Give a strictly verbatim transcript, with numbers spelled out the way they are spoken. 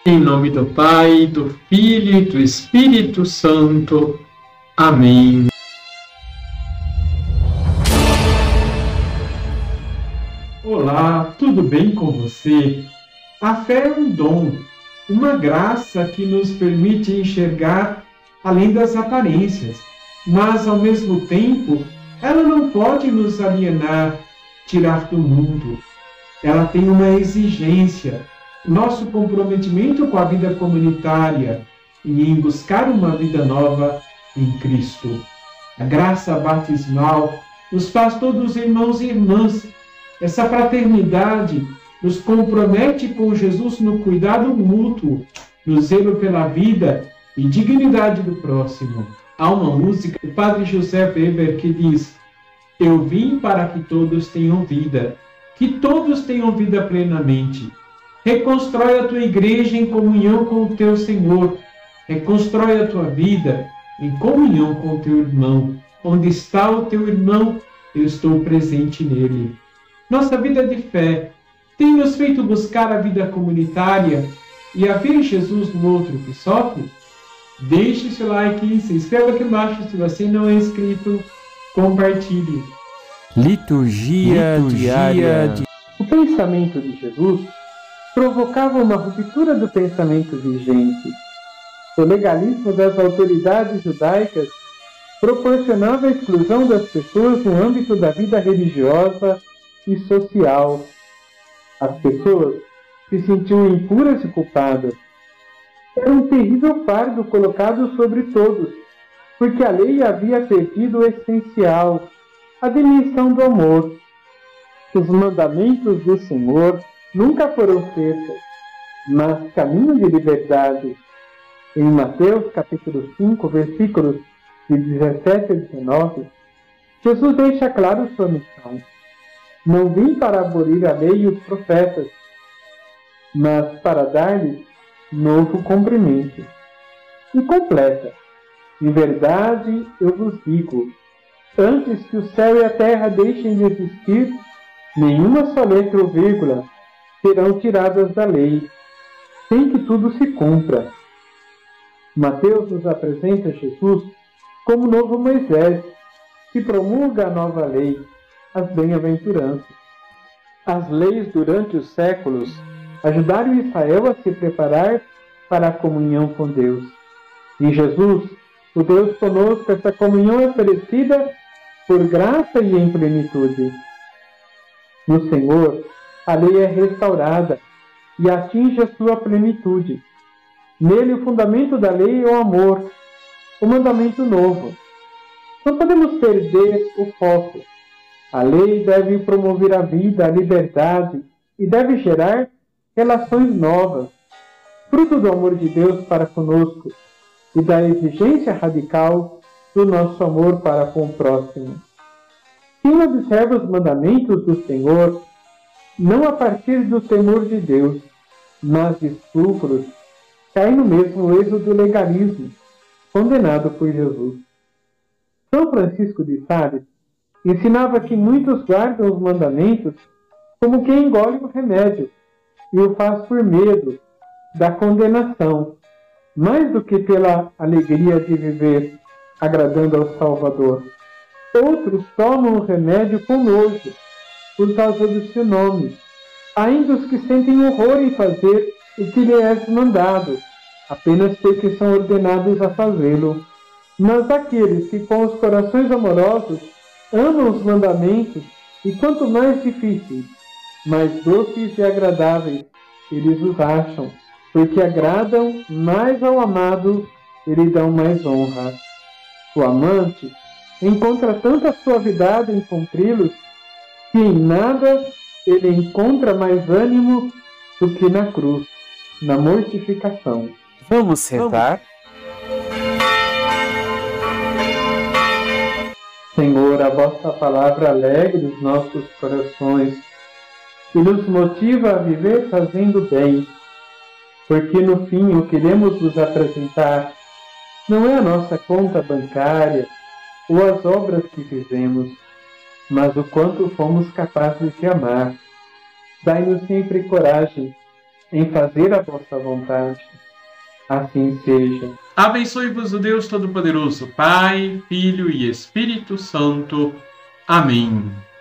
Em nome do Pai, do Filho e do Espírito Santo. Amém. Olá, tudo bem com você? A fé é um dom, uma graça que nos permite enxergar além das aparências, mas, ao mesmo tempo, ela não pode nos alienar, tirar do mundo. Ela tem uma exigência, nosso comprometimento com a vida comunitária e em buscar uma vida nova em Cristo. A graça batismal nos faz todos irmãos e irmãs. Essa fraternidade nos compromete com Jesus no cuidado mútuo, no zelo pela vida e dignidade do próximo. Há uma música do Padre José Weber que diz: eu vim para que todos tenham vida, que todos tenham vida plenamente. Reconstrói a tua igreja em comunhão com o teu Senhor. Reconstrói a tua vida em comunhão com o teu irmão. Onde está o teu irmão, eu estou presente nele. Nossa vida de fé tem nos feito buscar a vida comunitária e a ver Jesus no outro que sofre? Deixe seu like, se inscreva aqui embaixo se você não é inscrito, compartilhe. Liturgia, Liturgia diária. De... O pensamento de Jesus provocava uma ruptura do pensamento vigente. O legalismo das autoridades judaicas proporcionava a exclusão das pessoas no âmbito da vida religiosa e social. As pessoas se sentiam impuras e culpadas. Era um terrível fardo colocado sobre todos, porque a lei havia perdido o essencial, a dimensão do amor. Os mandamentos do Senhor nunca foram cercas, mas caminho de liberdade. Em Mateus capítulo cinco, versículos de dezessete a dezenove, Jesus deixa claro sua missão. Não vim para abolir a lei e os profetas, mas para dar-lhes novo cumprimento. E completa: em verdade eu vos digo, antes que o céu e a terra deixem de existir, nenhuma só letra ou vírgula serão tiradas da lei, sem que tudo se cumpra. Mateus nos apresenta Jesus como novo Moisés, que promulga a nova lei, as bem-aventuranças. As leis durante os séculos ajudaram Israel a se preparar para a comunhão com Deus. Em Jesus, o Deus conosco, essa comunhão é oferecida por graça e em plenitude. No Senhor, a lei é restaurada e atinge a sua plenitude. Nele, o fundamento da lei é o amor, o mandamento novo. Não podemos perder o foco. A lei deve promover a vida, a liberdade e deve gerar relações novas, fruto do amor de Deus para conosco e da exigência radical do nosso amor para com o próximo. Quem observa os mandamentos do Senhor, não a partir do temor de Deus, mas de escrúpulos, cai no mesmo erro do legalismo, condenado por Jesus. São Francisco de Sales ensinava que muitos guardam os mandamentos como quem engole o remédio, e o faz por medo da condenação, mais do que pela alegria de viver agradando ao Salvador. Outros tomam o remédio com nojo, por causa do seu nome, ainda os que sentem horror em fazer o que lhe é mandado, apenas porque são ordenados a fazê-lo. Mas aqueles que com os corações amorosos amam os mandamentos, e quanto mais difíceis, mais doces e agradáveis eles os acham, porque agradam mais ao amado e lhe dão mais honra. O amante encontra tanta suavidade em cumpri-los, que em nada ele encontra mais ânimo do que na cruz, na mortificação. Vamos sentar? Senhor, a vossa palavra alegra os nossos corações e nos motiva a viver fazendo bem, porque no fim o que queremos vos apresentar não é a nossa conta bancária ou as obras que fizemos, mas o quanto fomos capazes de amar. Dai-nos sempre coragem em fazer a vossa vontade. Assim seja. Abençoe-vos o Deus Todo-Poderoso, Pai, Filho e Espírito Santo. Amém.